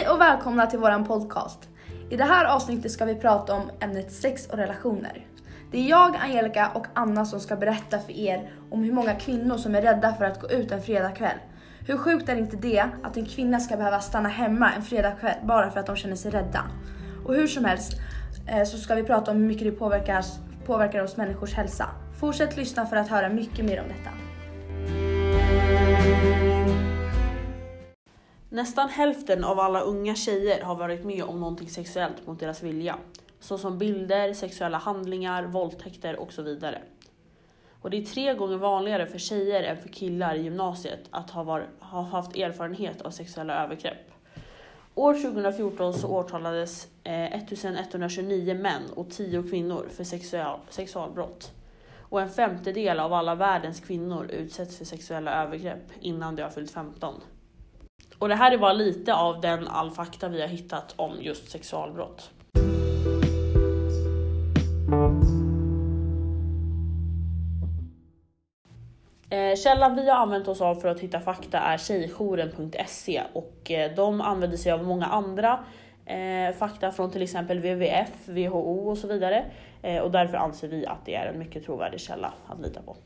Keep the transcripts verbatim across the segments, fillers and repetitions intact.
Hej och välkomna till våran podcast. I det här avsnittet ska vi prata om ämnet sex och relationer. Det är jag, Angelica och Anna som ska berätta för er om hur många kvinnor som är rädda för att gå ut en fredagkväll. Hur sjukt är inte det att en kvinna ska behöva stanna hemma en fredagkväll bara för att de känner sig rädda? Och hur som helst så ska vi prata om hur mycket det påverkar, påverkar oss människors hälsa. Fortsätt lyssna för att höra mycket mer om detta. Nästan hälften av alla unga tjejer har varit med om någonting sexuellt mot deras vilja. Såsom bilder, sexuella handlingar, våldtäkter och så vidare. Och det är tre gånger vanligare för tjejer än för killar i gymnasiet att ha, var, ha haft erfarenhet av sexuella övergrepp. År tjugohundrafjorton så åtalades eh, ettusenetthundratjugonio män och tio kvinnor för sexual, sexualbrott. Och en femtedel av alla världens kvinnor utsätts för sexuella övergrepp innan de har fyllt femton. Och det här är bara lite av den all fakta vi har hittat om just sexualbrott. Eh, källan vi har använt oss av för att hitta fakta är tjejjouren punkt se och eh, de använder sig av många andra eh, fakta från till exempel W W F, W H O och så vidare. Eh, och därför anser vi att det är en mycket trovärdig källa att lita på.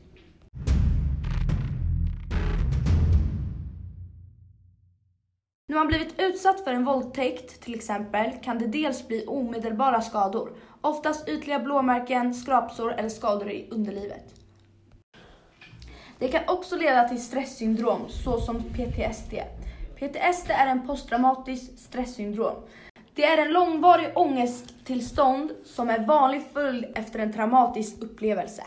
När man blivit utsatt för en våldtäkt till exempel kan det dels bli omedelbara skador. Oftast ytliga blåmärken, skrapsår eller skador i underlivet. Det kan också leda till stresssyndrom såsom P T S D. P T S D är en posttraumatisk stresssyndrom. Det är en långvarig ångesttillstånd som är vanlig följd efter en traumatisk upplevelse.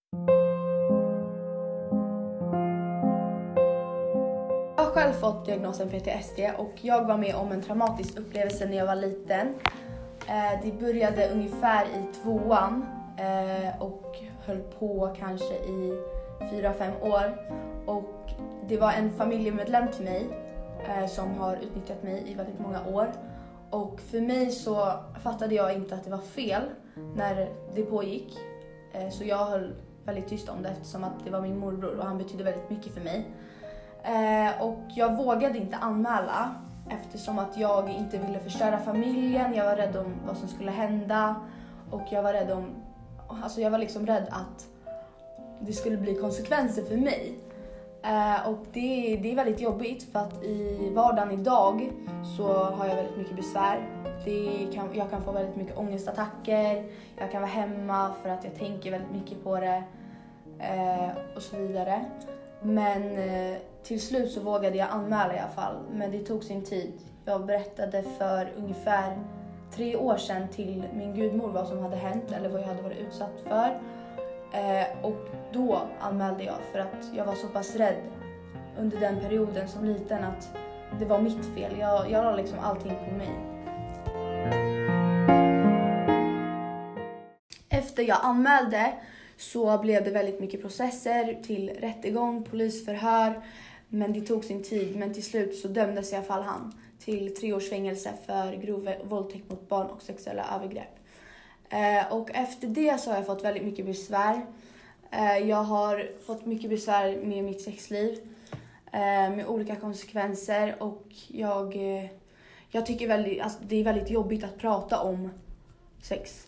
Jag har själv fått diagnosen P T S D och jag var med om en traumatisk upplevelse när jag var liten. Det började ungefär i tvåan och höll på kanske i fyra, fem år. Och det var en familjemedlem till mig som har utnyttjat mig i väldigt många år. Och för mig så fattade jag inte att det var fel när det pågick. Så jag höll väldigt tyst om det eftersom att det var min morbror och han betydde väldigt mycket för mig. Eh, och jag vågade inte anmäla eftersom att jag inte ville förstöra familjen. Jag var rädd om vad som skulle hända och jag var rädd om, alltså jag var liksom rädd att det skulle bli konsekvenser för mig. Eh, och det, det är väldigt jobbigt för att i vardagen idag så har jag väldigt mycket besvär. Det kan, jag kan få väldigt mycket ångestattacker, jag kan vara hemma för att jag tänker väldigt mycket på det eh, och så vidare. Men eh, till slut så vågade jag anmäla i alla fall. Men det tog sin tid. Jag berättade för ungefär tre år sedan till min gudmor vad som hade hänt. Eller vad jag hade varit utsatt för. Eh, och då anmälde jag för att jag var så pass rädd under den perioden som liten att det var mitt fel. Jag, jag la liksom allting på mig. Efter jag anmälde så blev det väldigt mycket processer till rättegång, polisförhör. Men det tog sin tid. Men till slut så dömdes i alla fall han till tre års fängelse för grov våldtäkt mot barn och sexuella övergrepp. Eh, och efter det så har jag fått väldigt mycket besvär. Eh, jag har fått mycket besvär med mitt sexliv. Eh, med olika konsekvenser. Och jag, eh, jag tycker väldigt, alltså, det är väldigt jobbigt att prata om sex.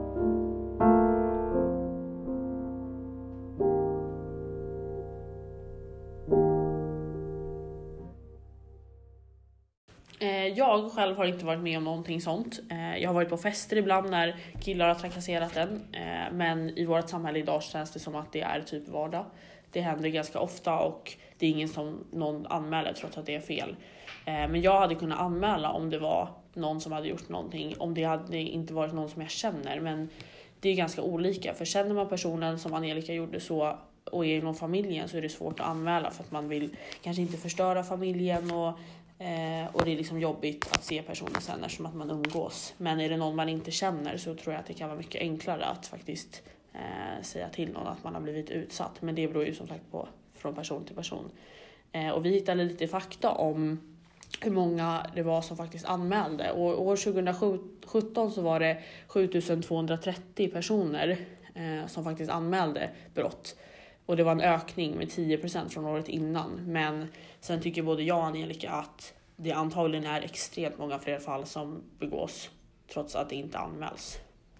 Jag själv har inte varit med om någonting sånt. Jag har varit på fester ibland när killar har trakasserat en. Men i vårt samhälle idag känns det som att det är typ vardag. Det händer ganska ofta och det är ingen som någon anmäler trots att det är fel. Men jag hade kunnat anmäla om det var någon som hade gjort någonting. Om det hade inte varit någon som jag känner. Men det är ganska olika. För känner man personen som Angelica gjorde så och är inom familjen så är det svårt att anmäla. För att man vill kanske inte förstöra familjen och Eh, och det är liksom jobbigt att se personen sen eftersom att man umgås. Men är det någon man inte känner så tror jag att det kan vara mycket enklare att faktiskt eh, säga till någon att man har blivit utsatt. Men det beror ju som sagt på från person till person. Eh, och vi hittade lite fakta om hur många det var som faktiskt anmälde. Och år tjugohundrasjutton så var det sjutusentvåhundratrettio personer eh, som faktiskt anmälde brott. Och det var en ökning med tio procent från året innan. Men sen tycker både jag och Angelica att det antagligen är extremt många fler fall som begås trots att det inte anmäls.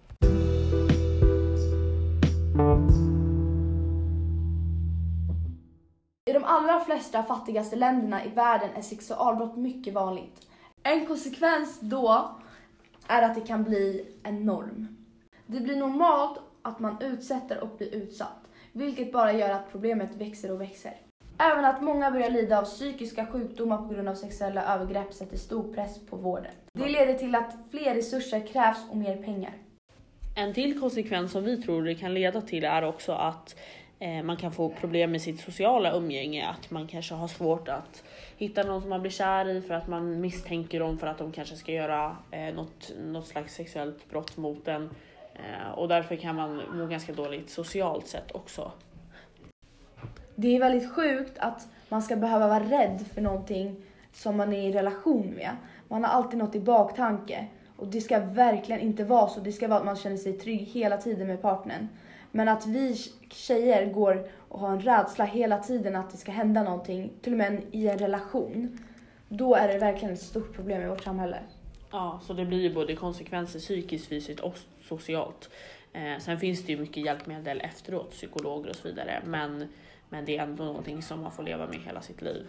I de allra flesta fattigaste länderna i världen är sexualbrott mycket vanligt. En konsekvens då är att det kan bli en norm. Det blir normalt att man utsätter och blir utsatt, vilket bara gör att problemet växer och växer. Även att många börjar lida av psykiska sjukdomar på grund av sexuella övergrepp sätter stor press på vården. Det leder till att fler resurser krävs och mer pengar. En till konsekvens som vi tror det kan leda till är också att eh, man kan få problem med sitt sociala umgänge. Att man kanske har svårt att hitta någon som man blir kär i för att man misstänker dem för att de kanske ska göra eh, något, något slags sexuellt brott mot en. Eh, och därför kan man må ganska dåligt socialt sett också. Det är väldigt sjukt att man ska behöva vara rädd för någonting som man är i relation med. Man har alltid något i baktanke. Och det ska verkligen inte vara så. Det ska vara att man känner sig trygg hela tiden med partnern. Men att vi tjejer går och har en rädsla hela tiden att det ska hända någonting, till och med i en relation, då är det verkligen ett stort problem i vårt samhälle. Ja, så det blir ju både konsekvenser psykiskt, fysiskt och socialt. Eh, sen finns det ju mycket hjälpmedel efteråt, psykologer och så vidare. Men, men det är ändå någonting som man får leva med hela sitt liv.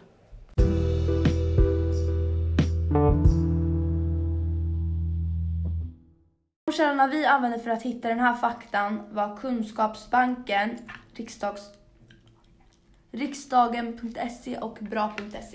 De källorna vi använder för att hitta den här faktan var Kunskapsbanken, riksdags, riksdagen punkt se och bra punkt se.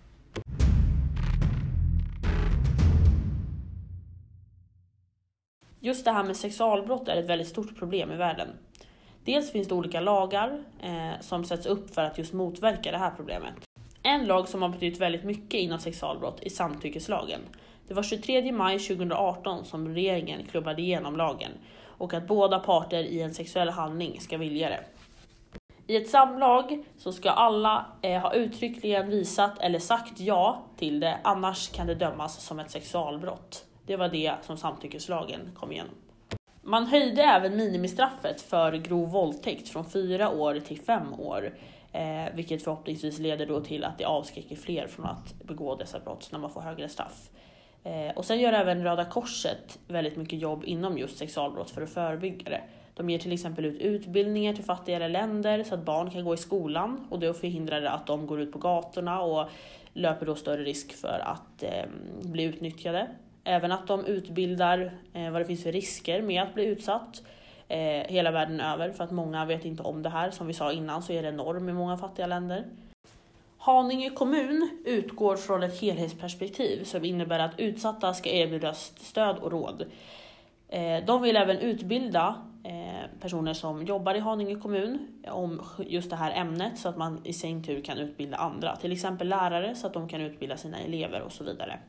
Just det här med sexualbrott är ett väldigt stort problem i världen. Dels finns det olika lagar eh, som sätts upp för att just motverka det här problemet. En lag som har betytt väldigt mycket inom sexualbrott är samtyckeslagen. Det var tjugotredje maj tjugohundraarton som regeringen klubbade igenom lagen och att båda parter i en sexuell handling ska vilja det. I ett samlag så ska alla eh, ha uttryckligen visat eller sagt ja till det, annars kan det dömas som ett sexualbrott. Det var det som samtyckeslagen kom igenom. Man höjde även minimistraffet för grov våldtäkt från fyra år till fem år. Eh, vilket förhoppningsvis leder då till att det avskräcker fler från att begå dessa brott när man får högre straff. Eh, och sen gör även Röda Korset väldigt mycket jobb inom just sexualbrott för att förebygga det. De ger till exempel ut utbildningar till fattigare länder så att barn kan gå i skolan, och då förhindrar det att de går ut på gatorna och löper då större risk för att eh, bli utnyttjade. Även att de utbildar eh, vad det finns för risker med att bli utsatt eh, hela världen över, för att många vet inte om det här. Som vi sa innan så är det en norm i många fattiga länder. Haninge kommun utgår från ett helhetsperspektiv som innebär att utsatta ska erbjudas stöd och råd. Eh, de vill även utbilda eh, personer som jobbar i Haninge kommun om just det här ämnet, så att man i sin tur kan utbilda andra. Till exempel lärare, så att de kan utbilda sina elever och så vidare.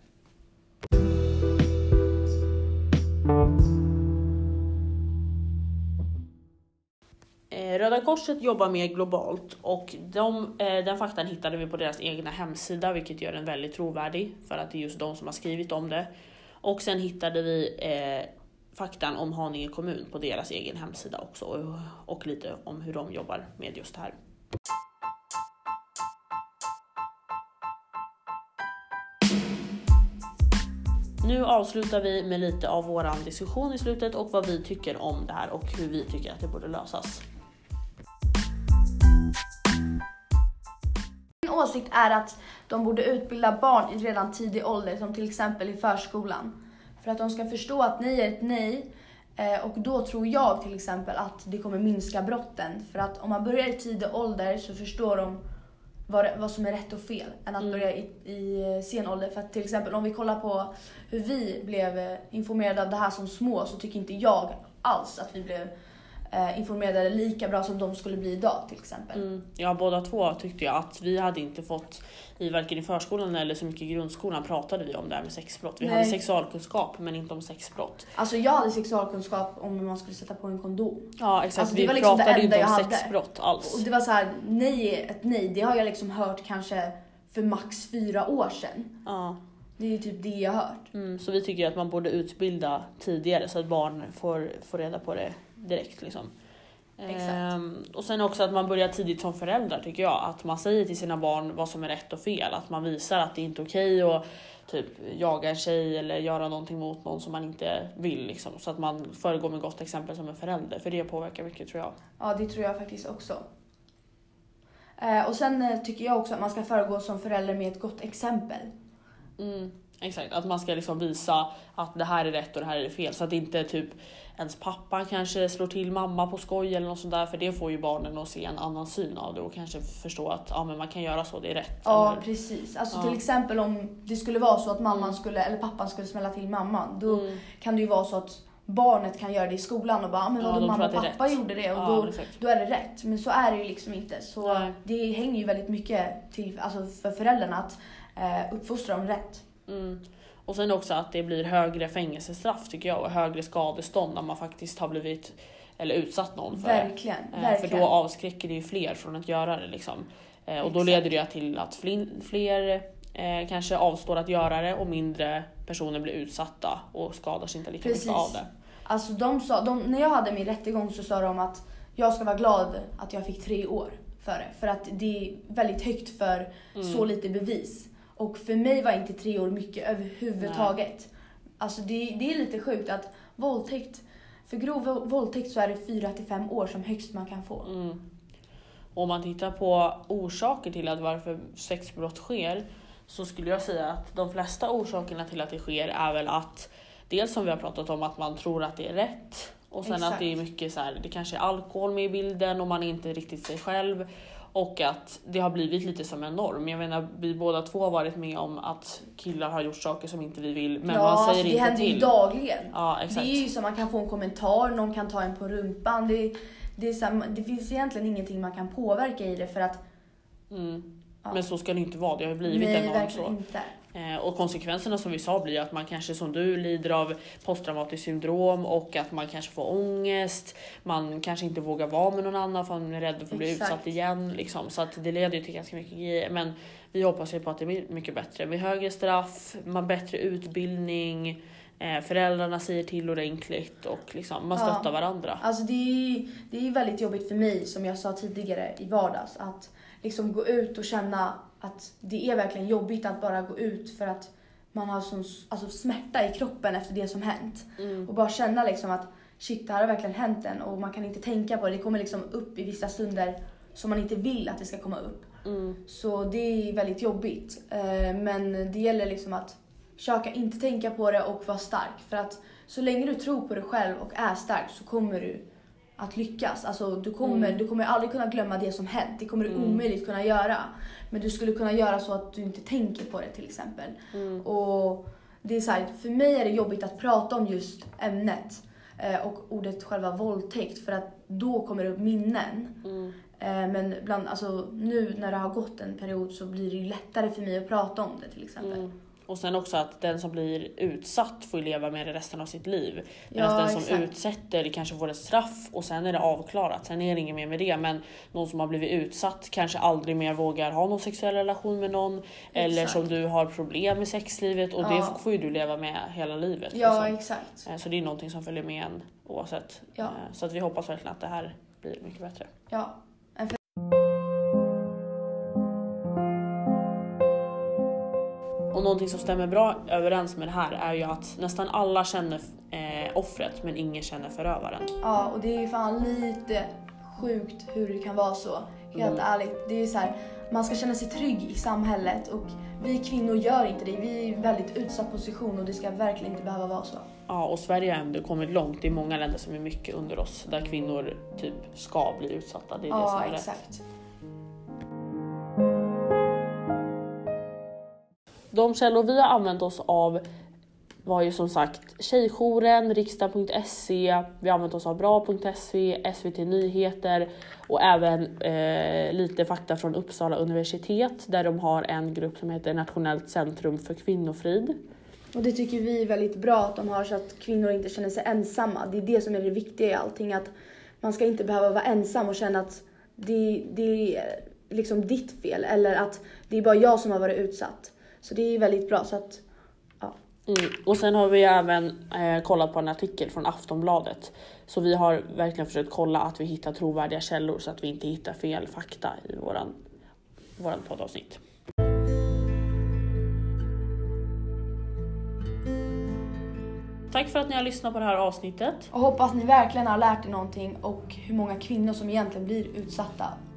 Röda Korset jobbar mer globalt, och de, den faktan hittade vi på deras egna hemsida, vilket gör den väldigt trovärdig för att det är just de som har skrivit om det. Och sen hittade vi eh, faktan om Haninge kommun på deras egen hemsida också, och, och lite om hur de jobbar med just det här. Nu avslutar vi med lite av våran diskussion i slutet och vad vi tycker om det här och hur vi tycker att det borde lösas. Min åsikt är att de borde utbilda barn i redan tidig ålder, som till exempel i förskolan. För att de ska förstå att nej är ett nej. Och då tror jag till exempel att det kommer minska brotten. För att om man börjar i tidig ålder så förstår de vad, det, vad som är rätt och fel. Än att mm. börja i, i sen ålder. För att till exempel om vi kollar på hur vi blev informerade av det här som små, så tycker inte jag alls att vi blev eh, informerade lika bra som de skulle bli idag till exempel. Mm. Ja, båda två tyckte jag att vi hade inte fått, i varken i förskolan eller så mycket i grundskolan pratade vi om det här med sexbrott. Vi Nej. hade sexualkunskap men inte om sexbrott. Alltså jag hade sexualkunskap om hur man skulle sätta på en kondom. Ja, exakt. Alltså, vi var liksom pratade inte om sexbrott alls. Och det var så här, nej, ett nej, det har jag liksom hört kanske för max fyra år sedan. Ja. Det är ju typ det jag har hört. Mm, så vi tycker att man borde utbilda tidigare så att barn får, får reda på det direkt liksom. Ehm, och sen också att man börjar tidigt som föräldrar tycker jag. Att man säger till sina barn vad som är rätt och fel. Att man visar att det inte är okej att typ jaga en tjej eller göra någonting mot någon som man inte vill. Liksom. Så att man föregår med gott exempel som en förälder. För det påverkar mycket tror jag. Ja, det tror jag faktiskt också. Eh, och sen eh, tycker jag också att man ska föregå som förälder med ett gott exempel. Mm, exakt, att man ska liksom visa att det här är rätt och det här är fel. Så att inte typ ens pappa kanske slår till mamma på skoj eller något sånt där. För det får ju barnen att se en annan syn av det och kanske förstå att ja, men man kan göra så, det är rätt. Ja, eller... precis. Alltså ja. Till exempel om det skulle vara så att mamman skulle, eller pappan skulle smälla till mamman. Då mm. kan det ju vara så att barnet kan göra det i skolan och bara, men vadå, ja, mamma och pappa gjorde det och ja, då, då är det rätt. Men så är det ju liksom inte. Så Nej. Det hänger ju väldigt mycket till, alltså för föräldrarna att eh, uppfostra dem rätt. Mm. Och sen också att det blir högre fängelsestraff tycker jag och högre skadestånd när man faktiskt har blivit eller utsatt någon för verkligen, det. Verkligen. För då avskräcker det ju fler från att göra det liksom. Och Exakt. Då leder det till att fler, fler eh, kanske avstår att göra det och mindre personer blir utsatta och skadar sig inte lika Precis. mycket av det. Alltså de sa, de, när jag hade min rättegång så sa de att jag ska vara glad att jag fick tre år för det. För att det är väldigt högt för mm. så lite bevis. Och för mig var inte tre år mycket överhuvudtaget. Nej. Alltså det, det är lite sjukt att våldtäkt, för grov våldtäkt så är det fyra till fem år som högst man kan få. Mm. Om man tittar på orsaker till att varför sexbrott sker så skulle jag säga att de flesta orsakerna till att det sker är väl att dels som vi har pratat om att man tror att det är rätt och sen Exakt. Att det är mycket så här, det kanske är alkohol med i bilden och man är inte riktigt sig själv. Och att det har blivit lite som en norm. Jag menar, vi båda två har varit med om att killar har gjort saker som inte vi vill. Men ja, man säger alltså, det inte händer till. Ju dagligen. Ja, exakt. Det är ju som man kan få en kommentar, någon kan ta en på rumpan. Det, det, är så, det finns egentligen ingenting man kan påverka i det för att... Mm. Ja. Men så ska det inte vara, det har blivit Nej, en norm så. Inte. Och konsekvenserna som vi sa blir att man kanske som du lider av posttraumatiskt syndrom och att man kanske får ångest. Man kanske inte vågar vara med någon annan för man är rädd för att bli Exakt. utsatt igen. Liksom. Så att det leder ju till ganska mycket grejer. Men vi hoppas ju på att det blir mycket bättre. Med högre straff, man bättre utbildning, eh, föräldrarna säger till ordentligt och liksom, man stöttar ja. varandra. Alltså det är, det är väldigt jobbigt för mig som jag sa tidigare i vardags att liksom gå ut och känna att det är verkligen jobbigt att bara gå ut för att man har sån alltså, smärta i kroppen efter det som hänt. Mm. Och bara känna liksom att shit, det här har verkligen hänt än och man kan inte tänka på det. Det kommer liksom upp i vissa stunder som man inte vill att det ska komma upp. Mm. Så det är väldigt jobbigt. Men det gäller liksom att försöka inte tänka på det och vara stark. För att så länge du tror på dig själv och är stark så kommer du att lyckas. Alltså du kommer, mm. du kommer aldrig kunna glömma det som hänt. Det kommer du mm. omöjligt kunna göra. Men du skulle kunna göra så att du inte tänker på det till exempel. Mm. Och det är så här, för mig är det jobbigt att prata om just ämnet. Eh, och ordet själva våldtäkt. För att då kommer det upp minnen. Mm. Eh, men bland, alltså, nu när det har gått en period så blir det ju lättare för mig att prata om det till exempel. Mm. Och sen också att den som blir utsatt får leva med det resten av sitt liv. Medan ja, den som exakt. utsätter det kanske får ett straff och sen är det avklarat. Sen är det inget mer med det. Men någon som har blivit utsatt kanske aldrig mer vågar ha någon sexuell relation med någon. Exakt. Eller som du har problem med sexlivet och ja. det får ju du leva med hela livet. Ja, liksom. exakt. Så det är någonting som följer med en oavsett. Ja. Så att vi hoppas verkligen att det här blir mycket bättre. Ja. Och någonting som stämmer bra överens med det här är ju att nästan alla känner eh, offret men ingen känner förövaren. Ja, och det är fan lite sjukt hur det kan vara så. Helt mm. ärligt. Det är så här, man ska känna sig trygg i samhället och vi kvinnor gör inte det. Vi är i en väldigt utsatt position och det ska verkligen inte behöva vara så. Ja, och Sverige har ändå kommit långt. Det är många länder som är mycket under oss där kvinnor typ ska bli utsatta. Det är ja, det som är exakt. Rätt. De källor vi har använt oss av var ju som sagt Tjejjouren, riksdag punkt se, vi har använt oss av bra punkt se, S V T Nyheter och även eh, lite fakta från Uppsala universitet där de har en grupp som heter Nationellt centrum för kvinnofrid. Och det tycker vi är väldigt bra att de har så att kvinnor inte känner sig ensamma. Det är det som är det viktiga i allting, att man ska inte behöva vara ensam och känna att det, det är liksom ditt fel eller att det är bara jag som har varit utsatt. Så det är väldigt bra så att, ja. Mm. Och sen har vi även eh, kollat på en artikel från Aftonbladet. Så vi har verkligen försökt kolla att vi hittar trovärdiga källor så att vi inte hittar fel fakta i våran, våran poddavsnitt. Tack för att ni har lyssnat på det här avsnittet. Och hoppas ni verkligen har lärt er någonting och hur många kvinnor som egentligen blir utsatta